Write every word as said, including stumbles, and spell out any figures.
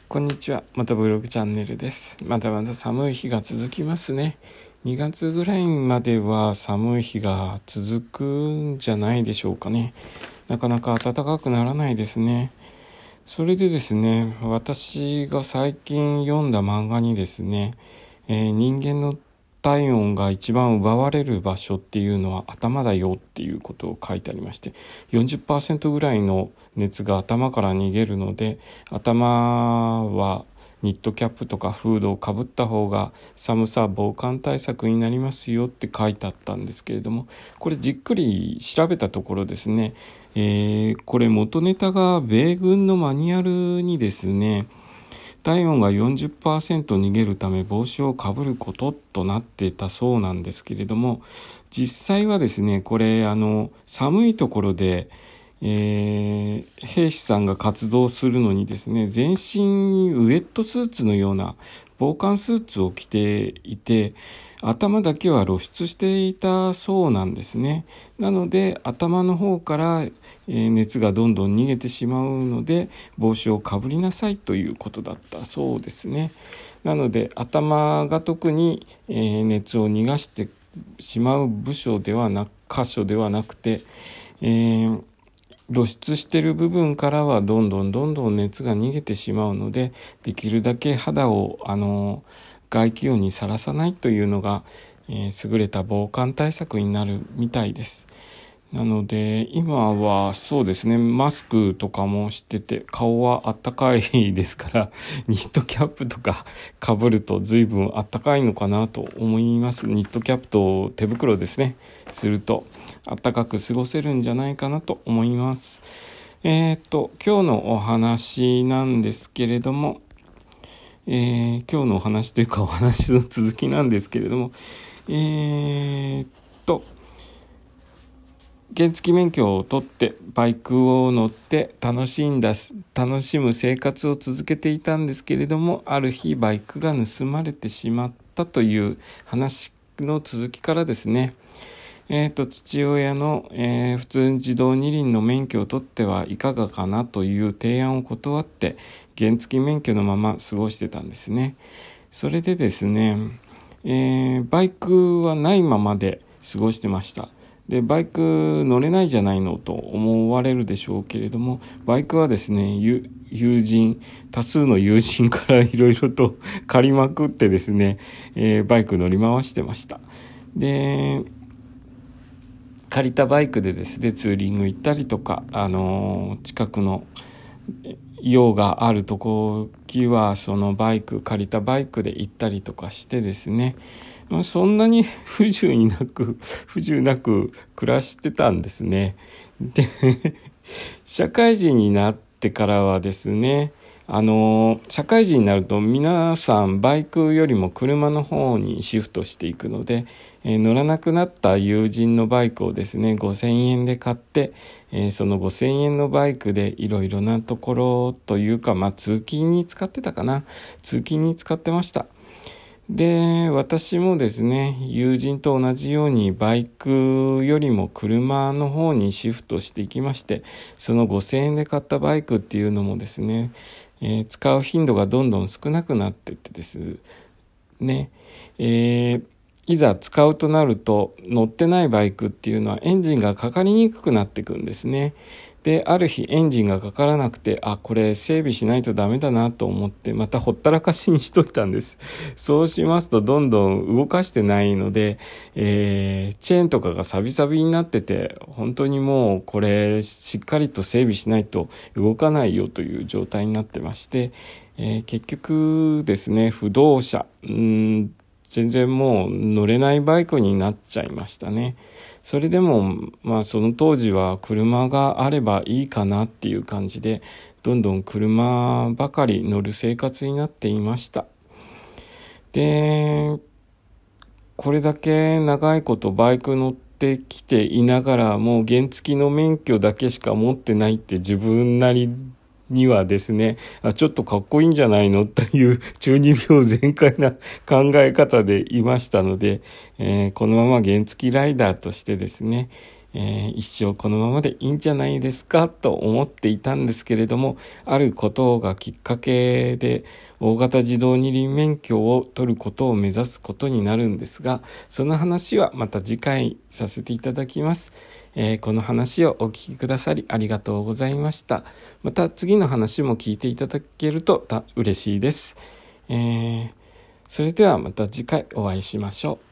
こんにちは。またブログチャンネルです。まだまだ寒い日が続きますね。にがつぐらいまでは寒い日が続くんじゃないでしょうかね。なかなか暖かくならないですね。それでですね、私が最近読んだ漫画にですね、えー、人間の体温が一番奪われる場所っていうのは頭だよっていうことを書いてありまして、 よんじゅっパーセント ぐらいの熱が頭から逃げるので、頭はニットキャップとかフードをかぶった方が寒さ防寒対策になりますよって書いてあったんですけれども、これじっくり調べたところですね、えー、これ元ネタが米軍のマニュアルにですね、体温が よんじゅっパーセント 逃げるため帽子をかぶることとなっていたそうなんですけれども、実際はですね、これあの寒いところで、えー、兵士さんが活動するのにですね、全身ウエットスーツのような防寒スーツを着ていて、頭だけは露出していたそうなんですね。なので頭の方から熱がどんどん逃げてしまうので、帽子をかぶりなさいということだったそうですね。なので頭が特に熱を逃がしてしまう部署ではな箇所ではなくて、えー、露出している部分からはどんどんどんどん熱が逃げてしまうので、できるだけ肌をあの外気温にさらさないというのが、えー、優れた防寒対策になるみたいです。なので今はそうですね、マスクとかもしてて顔はあったかいですから、ニットキャップとかかぶると随分あったかいのかなと思います。ニットキャップと手袋ですね、するとあったかく過ごせるんじゃないかなと思います。えー、っと今日のお話なんですけれども、えー、今日のお話というかお話の続きなんですけれども、えー、っと原付免許を取ってバイクを乗って楽しんだ楽しむ生活を続けていたんですけれども、ある日バイクが盗まれてしまったという話の続きからですね、えー、と父親の、えー、普通自動二輪の免許を取ってはいかがかなという提案を断って原付免許のまま過ごしてたんですね。それでですね、えー、バイクはないままで過ごしてました。でバイク乗れないじゃないのと思われるでしょうけれども、バイクはですね、友人多数の友人からいろいろと借りまくってですね、えー、バイク乗り回してました。で借りたバイクでですね、ツーリング行ったりとか、あのー、近くの用があるとこはそのバイク借りたバイクで行ったりとかしてですね、まあ、そんなに不自由になく不自由なく暮らしてたんですね。で社会人になってからはですね、あの社会人になると皆さんバイクよりも車の方にシフトしていくので、えー、乗らなくなった友人のバイクをですねごせんえんで買って、えー、そのごせんえんのバイクでいろいろなところというか、まあ通勤に使ってたかな通勤に使ってました。で私もですね、友人と同じようにバイクよりも車の方にシフトしていきまして、そのごせんえんで買ったバイクっていうのもですね、えー、使う頻度がどんどん少なくなっていってですね、えー、いざ使うとなると乗ってないバイクっていうのはエンジンがかかりにくくなっていくんですね。である日エンジンがかからなくて、あこれ整備しないとダメだなと思ってまたほったらかしにしといたんです。そうしますとどんどん動かしてないので、えー、チェーンとかがサビサビになってて、本当にもうこれしっかりと整備しないと動かないよという状態になってまして、えー、結局ですね、不動車うーん全然もう乗れないバイクになっちゃいましたね。それでもまあその当時は車があればいいかなっていう感じで、どんどん車ばかり乗る生活になっていました。でこれだけ長いことバイク乗ってきていながらもう原付の免許だけしか持ってないって自分なりにはですね、あちょっとかっこいいんじゃないのという中二病全開な考え方でいましたので、えー、このまま原付ライダーとしてですね、 えー、一生このままでいいんじゃないですかと思っていたんですけれども、あることがきっかけで大型自動二輪免許を取ることを目指すことになるんですが、その話はまた次回させていただきます。えー、この話をお聞きくださりありがとうございました。また次の話も聞いていただけると嬉しいです。えー、それではまた次回お会いしましょう。